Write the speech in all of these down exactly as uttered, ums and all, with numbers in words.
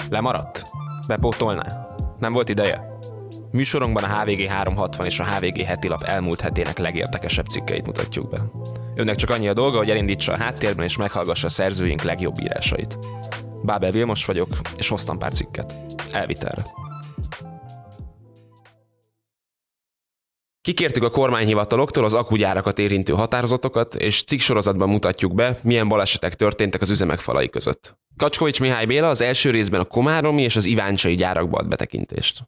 Lemaradt? Bepótolná? Nem volt ideje? Műsorunkban a há vé gé háromszázhatvan és a há vé gé heti lap elmúlt hetének legérdekesebb cikkeit mutatjuk be. Önnek csak annyi a dolga, hogy elindítsa a háttérben és meghallgassa a szerzőink legjobb írásait. Bábel Vilmos vagyok, és hoztam pár cikket. Elvitelre. Kikértük a kormányhivataloktól az akkugyárakat érintő határozatokat, és cikksorozatban mutatjuk be, milyen balesetek történtek az üzemek falai között. Kacskovics Mihály Béla az első részben a komáromi és az iváncsai gyárakba ad betekintést.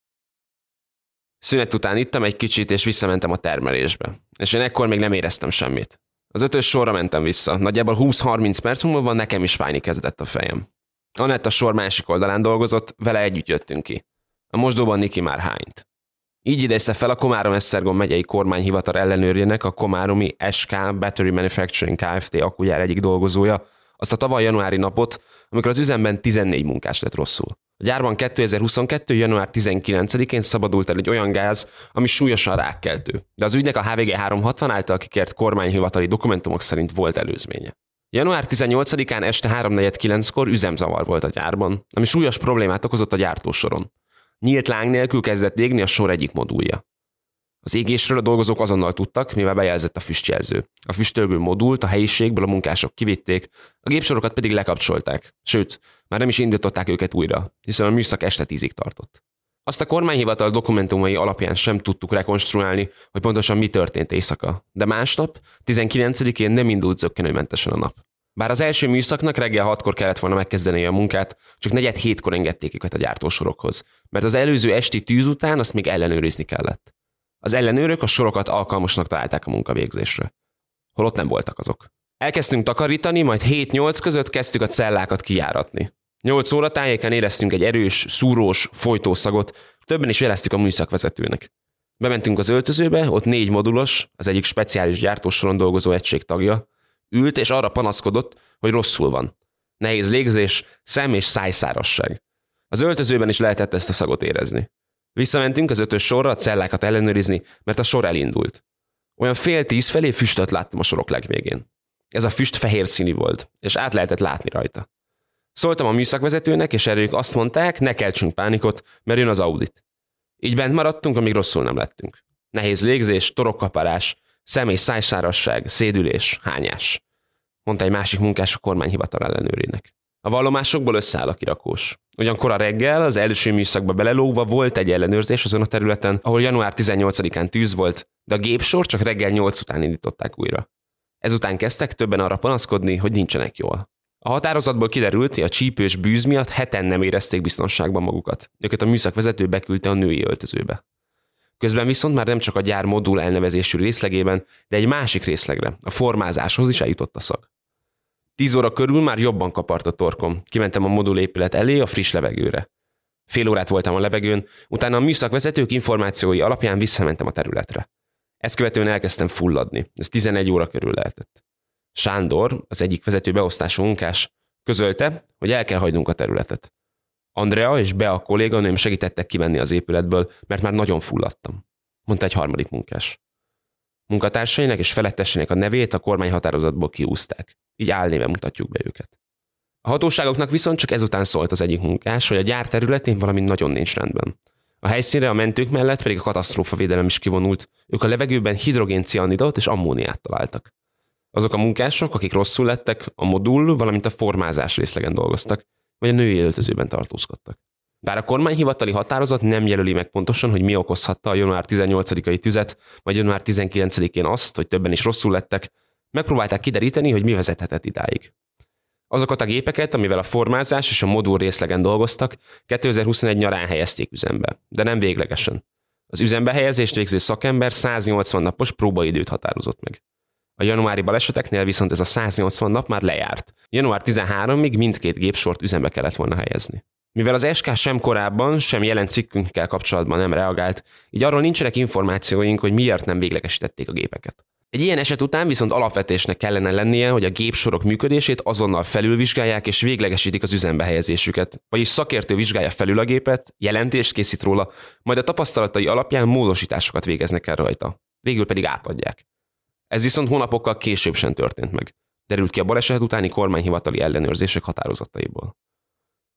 Szünet után ittam egy kicsit, és visszamentem a termelésbe. És én ekkor még nem éreztem semmit. Az ötös sorra mentem vissza. Nagyjából húsz-harminc perc múlva nekem is fájni kezdett a fejem. Anett a sor másik oldalán dolgozott, vele együtt jöttünk ki. A mosdóban Niki már hányt. Így idézte fel a Komárom-Esztergom megyei kormányhivatal ellenőrjének, a komáromi es ká Battery Manufacturing Kft. Akkugyár egyik dolgozója azt a tavaly januári napot, amikor az üzemben tizennégy munkás lett rosszul. A gyárban kétezer-huszonkettő. január tizenkilencedikén szabadult el egy olyan gáz, ami súlyosan rákkeltő, de az ügynek a há vé gé háromszázhatvan által kikért kormányhivatali dokumentumok szerint volt előzménye. január tizennyolcadikán este három negyvenkilenckor üzemzavar volt a gyárban, ami súlyos problémát okozott a gyártósoron. Nyílt láng nélkül kezdett égni a sor egyik modulja. Az égésről a dolgozók azonnal tudtak, mivel bejelzett a füstjelző. A füstölgő modult a helyiségből a munkások kivitték, a gépsorokat pedig lekapcsolták. Sőt, már nem is indították őket újra, hiszen a műszak este tízig tartott. Azt a kormányhivatal dokumentumai alapján sem tudtuk rekonstruálni, hogy pontosan mi történt éjszaka, de másnap, tizenkilencedikén nem indult zökkenőmentesen a nap. Bár az első műszaknak reggel hatkor kellett volna megkezdeni a munkát, csak negyed hétkor engedték őket a gyártósorokhoz, mert az előző esti tűz után azt még ellenőrizni kellett. Az ellenőrök a sorokat alkalmasnak találták a munkavégzésre. Holott nem voltak azok. Elkezdtünk takarítani, majd hét-nyolc között kezdtük a cellákat kijáratni. nyolc óra tájéken éreztünk egy erős, szúrós, folytószagot, többen is jeleztük a műszakvezetőnek. Bementünk az öltözőbe, ott négy modulos, az egyik speciális gyártósoron dolgozó egység tagja, ült és arra panaszkodott, hogy rosszul van. Nehéz légzés, szem- és szájszárasság. Az öltözőben is lehetett ezt a szagot érezni. Visszamentünk az ötös sorra a cellákat ellenőrizni, mert a sor elindult. Olyan fél tíz felé füstöt láttam a sorok legvégén. Ez a füst fehér színű volt, és át lehetett látni rajta. Szóltam a műszakvezetőnek, és erre ők azt mondták, ne keltsünk pánikot, mert jön az audit. Így bent maradtunk, amíg rosszul nem lettünk. Nehéz légzés, torokkaparás, szem- és szájszárasság, szédülés, hányás, mondta egy másik munkás a kormányhivatal ellenőrének. A vallomásokból összeáll a kirakós. Ugyan kora reggel, az első műszakba belelógva volt egy ellenőrzés azon a területen, ahol január tizennyolcadikán tűz volt, de a gépsor csak reggel nyolc után indították újra. Ezután kezdtek többen arra panaszkodni, hogy nincsenek jól. A határozatból kiderült, hogy a csípős bűz miatt heten nem érezték biztonságban magukat. Őket a műszakvezető beküldte a női öltözőbe. Közben viszont már nem csak a gyár modul elnevezésű részlegében, de egy másik részlegre, a formázáshoz is eljutott a szag. Tíz óra körül már jobban kapart a torkom. Kimentem a modulépület elé a friss levegőre. Fél órát voltam a levegőn, utána a műszakvezetők információi alapján visszamentem a területre. Ezt követően elkezdtem fulladni. Ez tizenegy óra körül lehetett. Sándor, az egyik vezető beosztású munkás, közölte, hogy el kell hagynunk a területet. Andrea és Bea kolléganőm segítettek kimenni az épületből, mert már nagyon fulladtam, mondta egy harmadik munkás. Munkatársainak és felettesének a nevét a kormányhatározatból kiúzták. Így álnéven mutatjuk be őket. A hatóságoknak viszont csak ezután szólt az egyik munkás, hogy a gyár területén valami nagyon nincs rendben. A helyszínre a mentők mellett pedig a katasztrófavédelem is kivonult, ők a levegőben hidrogéncianidot és ammóniát találtak. Azok a munkások, akik rosszul lettek, a modul, valamint a formázás részlegen dolgoztak, vagy a női öltözőben tartózkodtak. Bár a kormányhivatali határozat nem jelöli meg pontosan, hogy mi okozhatta a január tizennyolcadikai tüzet, vagy január tizenkilencedikén azt, hogy többen is rosszul lettek, megpróbálták kideríteni, hogy mi vezethetett idáig. Azokat a gépeket, amivel a formázás és a modul részlegen dolgoztak, kétezer-huszonegy nyarán helyezték üzembe, de nem véglegesen. Az üzembe helyezést végző szakember száznyolcvan napos próbaidőt határozott meg. A januári baleseteknél viszont ez a száznyolcvan nap már lejárt. január tizenharmadikig mindkét gépsort üzembe kellett volna helyezni. Mivel az es ká sem korábban, sem jelen cikkünkkel kapcsolatban nem reagált, így arról nincsenek információink, hogy miért nem véglegesítették a gépeket. Egy ilyen eset után viszont alapvetésnek kellene lennie, hogy a gépsorok működését azonnal felülvizsgálják és véglegesítik az üzembe helyezésüket, vagyis szakértő vizsgálja felül a gépet, jelentést készít róla, majd a tapasztalatai alapján módosításokat végeznek el rajta. Végül pedig átadják. Ez viszont hónapokkal később sem történt meg. Derült ki a baleset utáni kormányhivatali ellenőrzések határozataiból.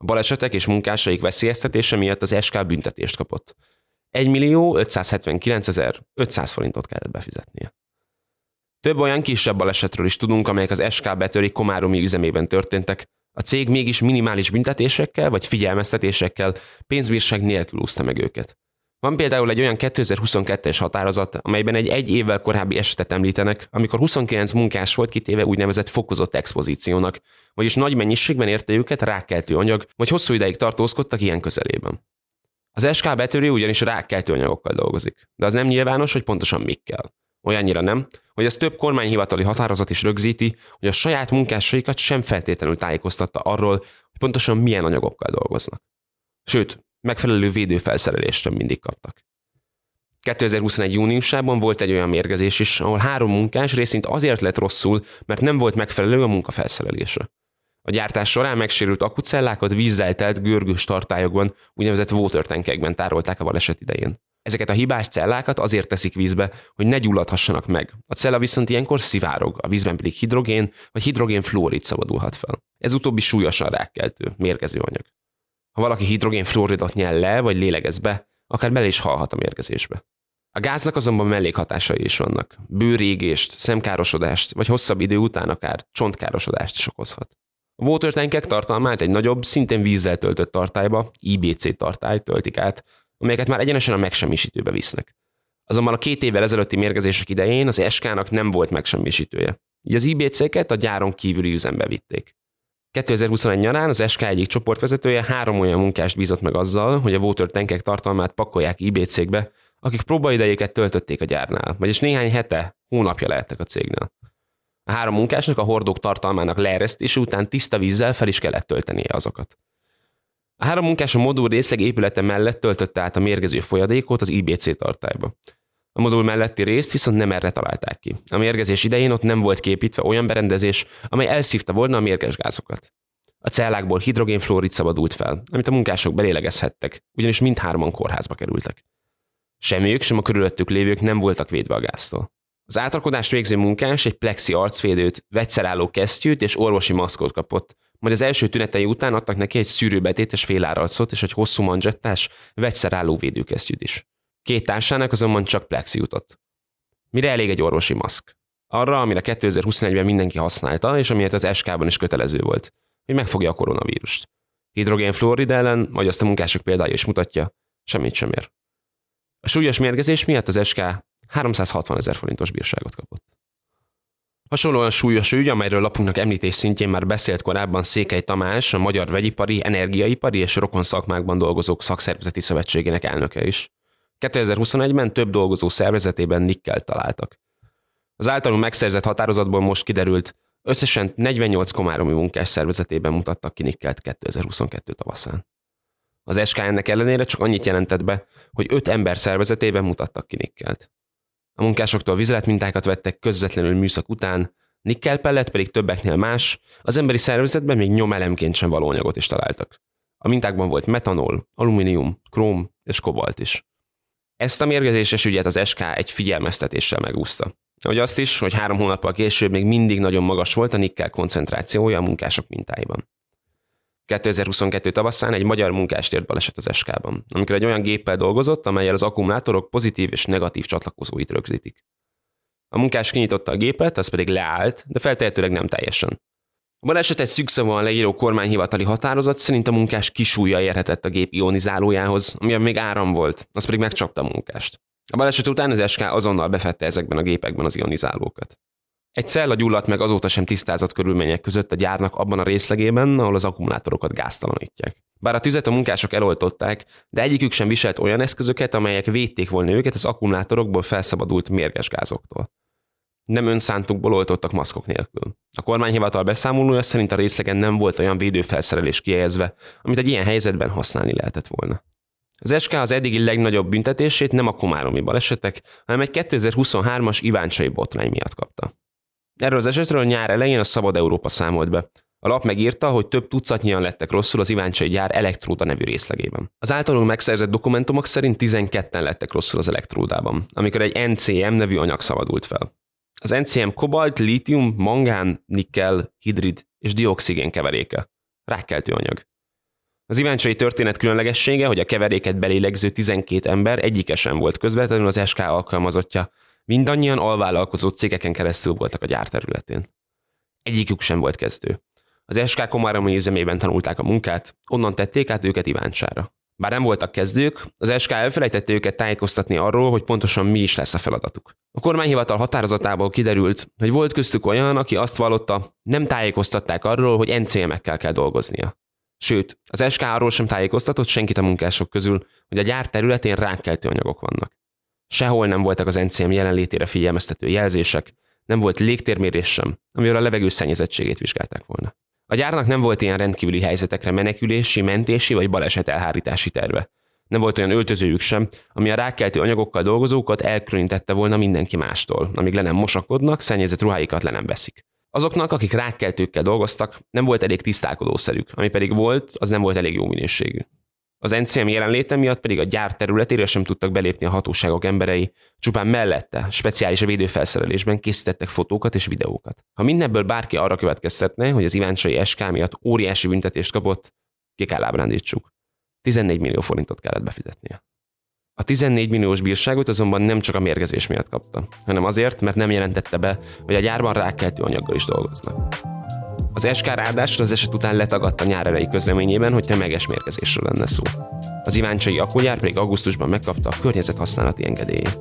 A balesetek és munkásaik veszélyeztetése miatt az es ká büntetést kapott. egymillió ötszázhetvenkilencezer-ötszáz forintot kellett befizetnie. Több olyan kisebb balesetről is tudunk, amelyek az es ká Battery komáromi üzemében történtek. A cég mégis minimális büntetésekkel vagy figyelmeztetésekkel, pénzbírság nélkül úszta meg őket. Van például egy olyan kétezer-huszonkettes határozat, amelyben egy egy évvel korábbi esetet említenek, amikor huszonkilenc munkás volt kitéve úgynevezett fokozott expozíciónak, vagyis nagy mennyiségben érte őket rákkeltő anyag, vagy hosszú ideig tartózkodtak ilyen közelében. Az es ká Battery ugyanis rákkeltő anyagokkal dolgozik, de az nem nyilvános, hogy pontosan mikkel. Olyannyira nem, hogy ez több kormányhivatali határozat is rögzíti, hogy a saját munkásaikat sem feltétlenül tájékoztatta arról, hogy pontosan milyen anyagokkal dolgoznak. Sőt, megfelelő védőfelszerelést sem mindig kaptak. kétezer-huszonegy júniusában volt egy olyan mérgezés is, ahol három munkás részint azért lett rosszul, mert nem volt megfelelő a munkafelszerelése. A gyártás során megsérült akucellákat vízzel telt görgős tartályokban, úgynevezett water tankekben tárolták a baleset idején. Ezeket a hibás cellákat azért teszik vízbe, hogy ne gyulladhassanak meg. A cella viszont ilyenkor szivárog, a vízben pedig hidrogén vagy hidrogén-fluorid szabadulhat fel. Ez utóbbi súlyosan rákkeltő, mérgező anyag. Ha valaki hidrogén-fluoridot nyel le vagy lélegez be, akár bele is halhat a mérgezésbe. A gáznak azonban mellékhatásai is vannak. Bőrégést, szemkárosodást, vagy hosszabb idő után akár csontkárosodást is okozhat. A water tankek tartalmát egy nagyobb, szintén vízzel töltött tartályba, i bé cé tartály töltik át, amelyeket már egyenesen a megsemmisítőbe visznek. Azonban a két évvel ezelőtti mérgezések idején az es ká-nak nem volt megsemmisítője, így az i bé cé-ket a gyáron kívüli üzembe vitték. kétezer-huszonegy nyarán az es ká egyik csoportvezetője három olyan munkást bízott meg azzal, hogy a water tankek tartalmát pakolják i bé cé-kbe, akik próbaidejéket töltötték a gyárnál, vagyis néhány hete, hónapja lehettek a cégnél. A három munkásnak a hordók tartalmának leeresztése után tiszta vízzel fel is kellett töltenie azokat. A három munkás a modul részleg épülete mellett töltötte át a mérgező folyadékot az i bé cé tartályba. A modul melletti részt viszont nem erre találták ki. A mérgezés idején ott nem volt kiépítve olyan berendezés, amely elszívta volna a mérges gázokat. A cellákból hidrogén-fluorid szabadult fel, amit a munkások belélegezhettek, ugyanis mindhárman kórházba kerültek. Sem ők, sem a körülöttük lévők nem voltak védve a gáztól. Az átrakodást végző munkás egy plexi arcvédőt, vegyszerálló kesztyűt és orvosi maszkot kapott, majd az első tünetei után adtak neki egy szűrőbetétes félárarcot és egy hosszú manzsettás, vegyszerálló védőkesztyűt is. Két társának azonban csak plexi jutott. Mire elég egy orvosi maszk? Arra, amire kétezer-huszonegyben mindenki használta, és amiért az es ká-ban is kötelező volt, hogy megfogja a koronavírust. Hidrogén-fluorid ellen, vagy azt a munkások példája is mutatja, semmit sem ér. A súlyos mérgezés miatt az es ká háromszázhatvanezer forintos bírságot kapott. Hasonlóan súlyos ügy, amelyről lapunknak említés szintjén már beszélt korábban Székely Tamás, a Magyar Vegyipari, Energiaipari és Rokon szakmákban dolgozók szakszervezeti szövetségének elnöke is. kétezer-huszonegyben több dolgozó szervezetében nikkelt találtak. Az általunk megszerzett határozatból most kiderült, összesen negyvennyolc komáromi munkás szervezetében mutattak ki nikkelt kétezer-huszonkettő tavaszán. Az es ká ennek ellenére csak annyit jelentett be, hogy öt ember szervezetében mutattak ki nikkelt. A munkásoktól vizsgálatmintákat vettek közvetlenül műszak után, nikkelpellet pedig többeknél más, az emberi szervezetben még nyomelemként sem való anyagot is találtak. A mintákban volt metanol, alumínium, króm és kobalt is. Ezt a mérgezéses ügyet az es ká egy figyelmeztetéssel megúszta. Ahogy azt is, hogy három hónappal később még mindig nagyon magas volt a nikkel koncentrációja a munkások mintáiban. kétezer-huszonkettő tavaszán egy magyar munkás tért baleset az es ká-ban, amikor egy olyan géppel dolgozott, amellyel az akkumulátorok pozitív és negatív csatlakozóit rögzítik. A munkás kinyitotta a gépet, az pedig leállt, de feltehetőleg nem teljesen. A baleset egy szűkszavúan leíró kormányhivatali határozat szerint a munkás kisúlya érhetett a gép ionizálójához, amiben még áram volt, az pedig megcsapta a munkást. A baleset után az es ká azonnal befette ezekben a gépekben az ionizálókat. Egy cella gyulladt meg azóta sem tisztázott körülmények között a gyárnak abban a részlegében, ahol az akkumulátorokat gáztalanítják. Bár a tüzet a munkások eloltották, de egyikük sem viselt olyan eszközöket, amelyek védték volna őket az akkumulátorokból felszabadult mérges gázoktól. Nem önszántukból oltottak maszkok nélkül. A kormányhivatal beszámolója szerint a részlegen nem volt olyan védőfelszerelés kihelyezve, amit egy ilyen helyzetben használni lehetett volna. Az es ká az eddigi legnagyobb büntetését nem a komáromi balesetek, hanem egy kétezer-huszonhármas iváncsai botrány miatt kapta. Erről az esetről nyár elején a Szabad Európa számolt be. A lap megírta, hogy több tucatnyian lettek rosszul az iváncsai gyár elektróda nevű részlegében. Az általunk megszerzett dokumentumok szerint tizenketten lettek rosszul az elektródában, amikor egy en cé em nevű anyag szabadult fel. Az en cé em kobalt, lítium, mangán, nikkel, hidrid és dioxigén keveréke. Rákkeltő anyag. Az iváncsai történet különlegessége, hogy a keveréket belélegző tizenkét ember egyike sem volt közvetlenül az es ká alkalmazottja. Mindannyian alvállalkozó cégeken keresztül voltak a gyár területén. Egyikük sem volt kezdő. Az es ká komáromi üzemében tanulták a munkát, onnan tették át őket Iváncsára. Bár nem voltak kezdők, az es ká elfelejtette őket tájékoztatni arról, hogy pontosan mi is lesz a feladatuk. A kormányhivatal határozatából kiderült, hogy volt köztük olyan, aki azt vallotta, nem tájékoztatták arról, hogy en cé emekkel kell dolgoznia. Sőt, az es ká arról sem tájékoztatott senkit a munkások közül, hogy a gyár területén rákkeltő anyagok vannak. Sehol nem voltak az en cé em jelenlétére figyelmeztető jelzések, nem volt légtérmérés sem, amivel a levegő szennyezettségét vizsgálták volna. A gyárnak nem volt ilyen rendkívüli helyzetekre menekülési, mentési vagy baleset elhárítási terve. Nem volt olyan öltözőjük sem, ami a rákkeltő anyagokkal dolgozókat elkülönítette volna mindenki mástól, amíg le nem mosakodnak, szennyezett ruháikat le nem veszik. Azoknak, akik rákkeltőkkel dolgoztak, nem volt elég tisztálkodószerük, ami pedig volt, az nem volt elég jó minőségű. Az en cé em jelenléte miatt pedig a gyár területére sem tudtak belépni a hatóságok emberei, csupán mellette, speciális védőfelszerelésben készítettek fotókat és videókat. Ha mindebből bárki arra következtetne, hogy az iváncsai es ká miatt óriási büntetést kapott, ki kell ábrándítsuk. tizennégy millió forintot kellett befizetnie. A tizennégy milliós bírságot azonban nem csak a mérgezés miatt kapta, hanem azért, mert nem jelentette be, hogy a gyárban rákkeltő anyaggal is dolgoznak. Az es ká ráadásul az eset után letagadta nyár elejé közleményében, hogy tömeges mérgezésről lenne szó. Az iváncsai akkugyár pedig augusztusban megkapta a környezethasználati engedélyét.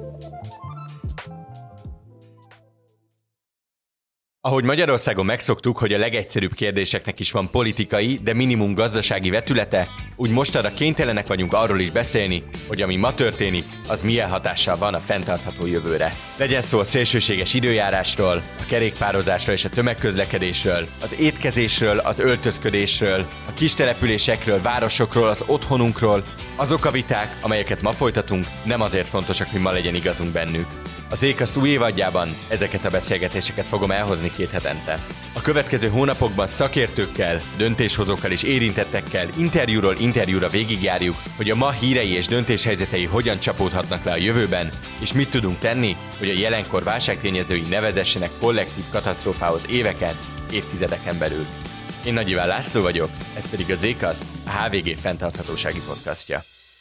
Ahogy Magyarországon megszoktuk, hogy a legegyszerűbb kérdéseknek is van politikai, de minimum gazdasági vetülete, úgy mostanra kénytelenek vagyunk arról is beszélni, hogy ami ma történik, az milyen hatással van a fenntartható jövőre. Legyen szó a szélsőséges időjárásról, a kerékpározásról és a tömegközlekedésről, az étkezésről, az öltözködésről, a kis településekről, városokról, az otthonunkról. Azok a viták, amelyeket ma folytatunk, nem azért fontosak, hogy ma legyen igazunk bennük. Az Ékaszt új évadjában ezeket a beszélgetéseket fogom elhozni két hetente. A következő hónapokban szakértőkkel, döntéshozókkal és érintettekkel interjúról interjúra végigjárjuk, hogy a ma hírei és döntéshelyzetei hogyan csapódhatnak le a jövőben, és mit tudunk tenni, hogy a jelenkor válságtényezői ne vezessenek kollektív katasztrófához éveken, évtizedeken belül. Én Nagy Iván László vagyok, ez pedig az Ékaszt, a há vé gé fenntarthatósági podcastja.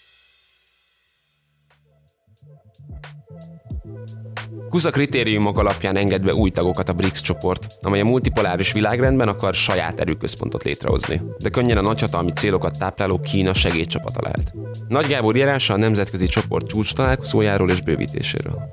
Kusza kritériumok alapján enged be új tagokat a bríksz csoport, amely a multipoláris világrendben akar saját erőközpontot létrehozni, de könnyen a nagyhatalmi célokat tápláló Kína segédcsapata lehet. Nagy Gábor írása a nemzetközi csoport csúcs találkozójáról és bővítéséről.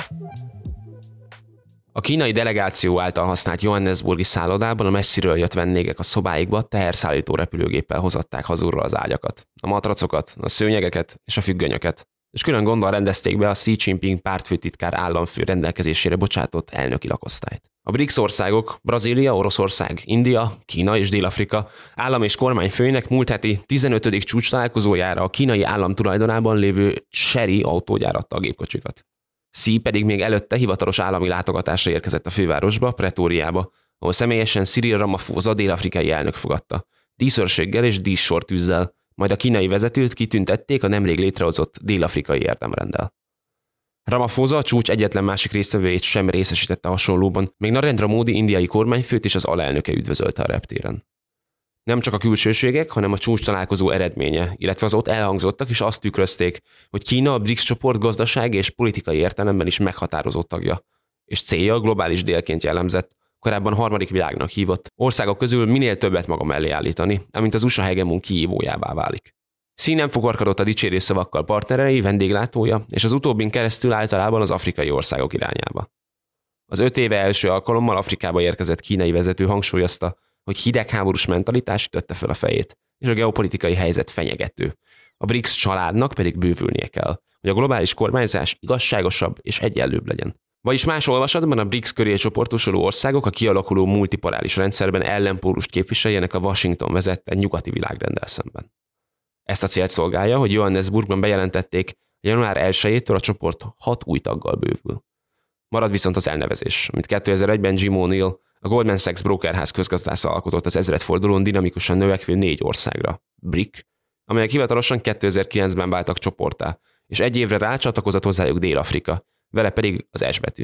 A kínai delegáció által használt Johannesburgi szállodában a messziről jött vendégek a szobáikba teherszállító repülőgéppel hozatták hazulról az ágyakat, a matracokat, a szőnyegeket és a függönyöket, és külön gonddal rendezték be a Xi Jinping pártfőtitkár államfő rendelkezésére bocsátott elnöki lakosztályt. A bríksz országok, Brazília, Oroszország, India, Kína és Dél-Afrika állam- és kormányfőinek múlt heti tizenötödik csúcs találkozójára a kínai állam tulajdonában lévő Chery autógyár adta a gépkocsikat. Xi pedig még előtte hivatalos állami látogatásra érkezett a fővárosba, Pretóriába, ahol személyesen Cyril Ramaphosa dél-afrikai elnök fogadta, díszőrséggel és díszsortűzzel, majd a kínai vezetőt kitüntették a nemrég létrehozott dél-afrikai érdemrenddel. Ramaphosa a csúcs egyetlen másik résztvevőjét sem részesítette hasonlóban, még Narendra Modi indiai kormányfőt és az alelnöke üdvözölte a reptéren. Nem csak a külsőségek, hanem a csúcs találkozó eredménye, illetve az ott elhangzottak is azt tükrözték, hogy Kína a bríksz csoport gazdasági és politikai értelemben is meghatározó tagja, és célja a globális délként jellemzett, korábban harmadik világnak hívott országok közül minél többet maga mellé állítani, amint az u es á hegemon kihívójává válik. Xi nem fogarkodott a dicsérő szavakkal partnerei, vendéglátója, és az utóbbin keresztül általában az afrikai országok irányába. Az öt éve első alkalommal Afrikába érkezett kínai vezető hangsúlyozta, hogy hidegháborús mentalitás ütötte fel a fejét, és a geopolitikai helyzet fenyegető. A bríksz családnak pedig bővülnie kell, hogy a globális kormányzás igazságosabb és egyenlőbb legyen. Vagyis más olvasatban a bríksz köré csoportosuló országok a kialakuló multipoláris rendszerben ellenpólust képviseljenek a Washington vezette nyugati világrenddel szemben. Ezt a célt szolgálja, hogy Johannesburgban bejelentették, január elsejétől a csoport hat új taggal bővül. Marad viszont az elnevezés, amit kétezer-egyben Jim O'Neill, a Goldman Sachs brokerház közgazdásza alkotott az ezredfordulón dinamikusan növekvő négy országra, brík, amelyek hivatalosan kétezer-kilencben váltak csoporttá, és egy évre rá csatlakozott hozzájuk Dél-Afrika, vele pedig az S betű.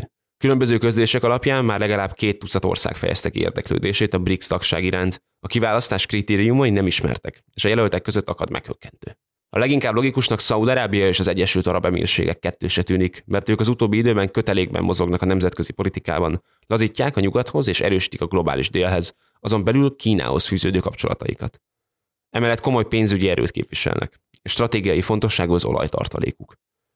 Különböző közlések alapján már legalább két tucat ország fejezte ki érdeklődését a BRICS tagság iránt. A kiválasztás kritériumai nem ismertek, és a jelöltek között akad meghökkentő. A leginkább logikusnak Szaúd-Arábia és az Egyesült Arab Emírségek kettőse tűnik, mert ők az utóbbi időben kötelékben mozognak a nemzetközi politikában, lazítják a nyugathoz és erősítik a globális délhez, azon belül Kínához fűződő kapcsolataikat. Emellett komoly pénzügyi erőt képviselnek, és stratégiai fontosságú az olajtartalékuk.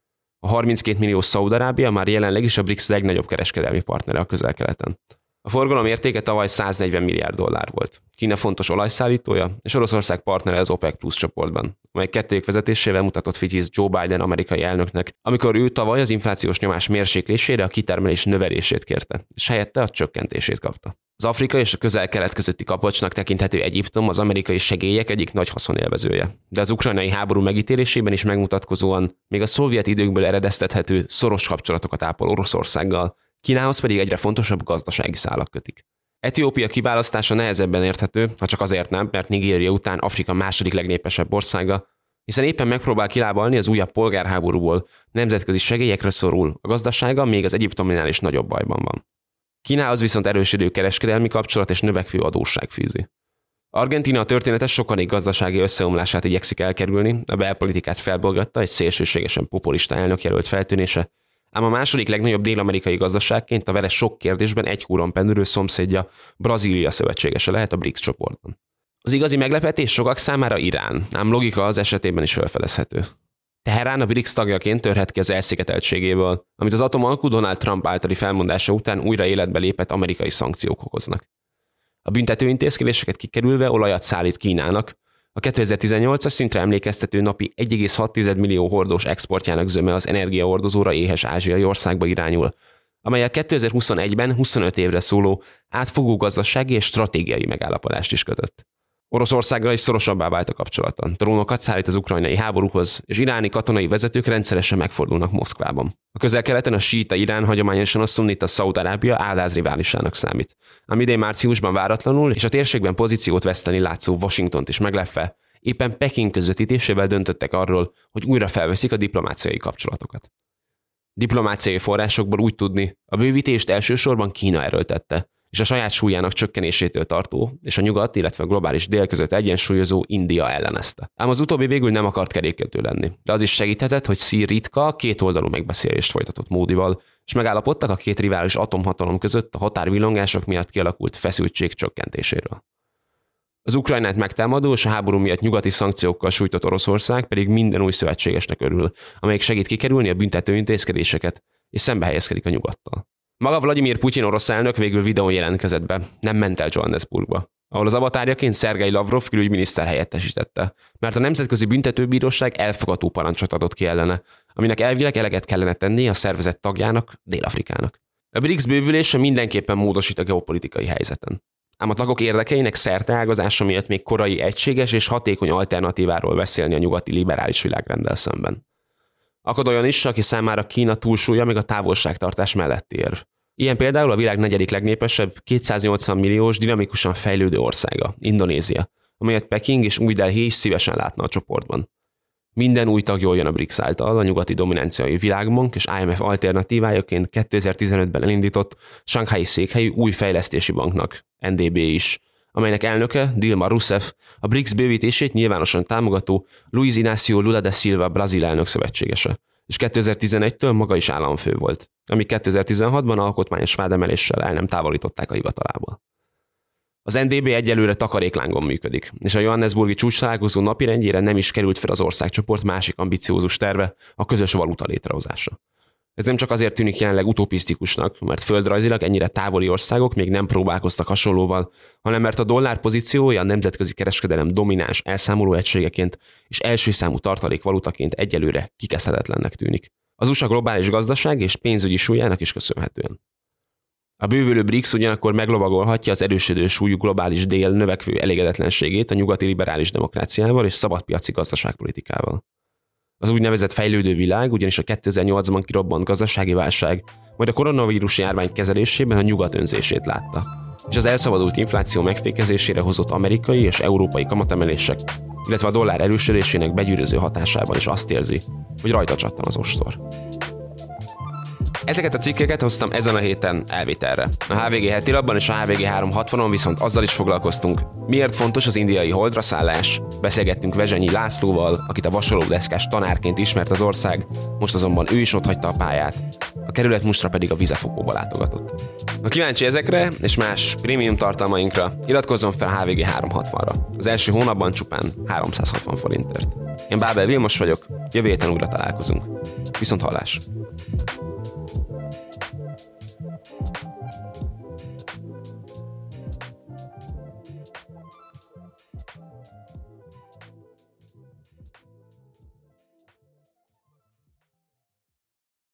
A harminckét millió Szaúd-Arábia már jelenleg is a BRICS legnagyobb kereskedelmi partnere a Közel-Keleten. A forgalom értéke tavaly száznegyven milliárd dollár volt. Kína fontos olajszállítója, és Oroszország partnere az OPEC Plus csoportban, amely kettőjük vezetésével mutatott fityiszt Joe Biden amerikai elnöknek, amikor ő tavaly az inflációs nyomás mérséklésére a kitermelés növelését kérte, és helyette a csökkentését kapta. Az Afrika és a Közel-Kelet közötti kapocsnak tekinthető Egyiptom az amerikai segélyek egyik nagy haszonélvezője, de az ukrajnai háború megítélésében is megmutatkozóan még a szovjet időkből eredeztethető szoros kapcsolatokat ápol Oroszországgal, Kínához pedig egyre fontosabb gazdasági szálak kötik. Etiópia kiválasztása nehezebben érthető, ha csak azért nem, mert Nigéria után Afrika második legnépesebb országa, hiszen éppen megpróbál kilábalni az újabb polgárháborúból, nemzetközi segélyekre szorul, a gazdasága még az egyiptominál is nagyobb bajban van. Kínához viszont erősödő kereskedelmi kapcsolat és növekvő adósság fűzi. Argentína a történetes sokadik gazdasági összeomlását igyekszik elkerülni, a belpolitikát felbolgatta egy szélsőségesen populista elnökjelölt feltűnése, ám a második legnagyobb dél-amerikai gazdaságként a vele sok kérdésben egy húron pendülő szomszédja, Brazília szövetségese lehet a BRICS csoportban. Az igazi meglepetés sokak számára Irán, ám logika az esetében is felfedezhető. Teherán a BRICS tagjaként törhet ki az elszigeteltségéből, amit az atomalkú Donald Trump általi felmondása után újra életbe lépett amerikai szankciók okoznak. A büntetőintézkedéseket kikerülve olajat szállít Kínának, a kétezer-tizennyolcas szintre emlékeztető napi egy egész hat millió hordós exportjának zöme az energiahordozóra éhes ázsiai országba irányul, amelyel kétezer-huszonegyben huszonöt évre szóló átfogó gazdasági és stratégiai megállapodást is kötött. Oroszországgal is szorosabbá vált a kapcsolata. Drónokat szállít az ukrajnai háborúhoz, és iráni katonai vezetők rendszeresen megfordulnak Moszkvában. A Közel-Keleten a síita Irán hagyományosan a szunnita Szaúd-Arábia állázriválisának számít. Ám idén márciusban váratlanul és a térségben pozíciót veszteni látszó Washingtont is meglepve, éppen Peking közvetítésével döntöttek arról, hogy újra felveszik a diplomáciai kapcsolatokat. Diplomáciai forrásokból úgy tudni, a bővítést elsősorban Kína erőltette, és a saját súlyának csökkenésétől tartó, és a nyugat, illetve a globális dél között egyensúlyozó India ellenezte. Ám az utóbbi végül nem akart kerékkötő lenni, de az is segíthetett, hogy Xi ritka kétoldalú megbeszélést folytatott Módival, és megállapodtak a két rivális atomhatalom között a határvillongások miatt kialakult feszültség csökkentéséről. Az Ukrajnát megtámadó és a háború miatt nyugati szankciókkal sújtott Oroszország pedig minden új szövetségesnek örül, amelyik segít kikerülni a büntető intézkedéseket, és szembe helyezkedik a nyugattal. Maga Vladimir Putyin orosz elnök végül videón jelentkezett be, nem ment el Johannesburgba, ahol az avatárjaként Szergej Lavrov külügyminiszter helyettesítette, mert a Nemzetközi Büntetőbíróság elfogató parancsot adott ki ellene, aminek elvileg eleget kellene tenni a szervezet tagjának, Dél-Afrikának. A BRICS bővülése mindenképpen módosít a geopolitikai helyzeten. Ám a tagok érdekeinek szerteágazása miatt még korai egységes és hatékony alternatíváról beszélni a nyugati liberális világrenddel szemben. Akad olyan is, aki számára Kína túlsúlya még a távolságtartás melletti érv. Ilyen például a világ negyedik legnépesebb, kétszáznyolcvan milliós, dinamikusan fejlődő országa, Indonézia, amelyet Peking és Új Delhi is szívesen látna a csoportban. Minden új tag jól jön a BRICS által, a nyugati dominanciai világbank és I M F alternatívájaként kétezer-tizenötben elindított Sanghai székhelyű új fejlesztési banknak, N D B is, amelynek elnöke, Dilma Rousseff, a BRICS bővítését nyilvánosan támogató Luiz Inácio Lula da Silva brazil elnök szövetségese, és kétezer-tizenegytől maga is államfő volt, ami kétezer-tizenhatban alkotmányos vádemeléssel el nem távolították a hivatalából. Az N D B egyelőre takaréklángon működik, és a johannesburgi csúcstalálkozó napirendjére nem is került fel az országcsoport másik ambiciózus terve, a közös valuta létrehozása. Ez nem csak azért tűnik jelenleg utopisztikusnak, mert földrajzilag ennyire távoli országok még nem próbálkoztak hasonlóval, hanem mert a dollár pozíciója a nemzetközi kereskedelem domináns elszámoló egységeként és első számú tartalékvalutaként egyelőre kikezdhetetlennek tűnik. Az U S A globális gazdaság és pénzügyi súlyának is köszönhetően. A bővülő BRICS ugyanakkor meglovagolhatja az erősödő súlyú globális dél növekvő elégedetlenségét a nyugati liberális demokráciával és szabadpiaci gazdaságpolitikával. Az úgynevezett fejlődő világ ugyanis a kétezer-nyolcban kirobbant gazdasági válság, majd a koronavírus járvány kezelésében a nyugat önzését látta, és az elszabadult infláció megfékezésére hozott amerikai és európai kamatemelések, illetve a dollár erősödésének begyűröző hatásában is azt érzi, hogy rajta csattan az ostor. Ezeket a cikkeket hoztam ezen a héten elvitelre. A há vé gé heti labban és a há vé gé háromszázhatvanon viszont azzal is foglalkoztunk, miért fontos az indiai holdra szállás. Beszélgettünk Vezsenyi Lászlóval, akit a vasalódeszkás tanárként ismert az ország, most azonban ő is otthagyta a pályát. A kerület mustra pedig a vizefogóba látogatott. Ha kíváncsi ezekre és más prémium tartalmainkra, iratkozzon fel há vé gé háromszázhatvanra. Az első hónapban csupán háromszázhatvan forintért. Én Bábel Vilmos vagyok, jövő héten újra találkozunk. Viszont hallás!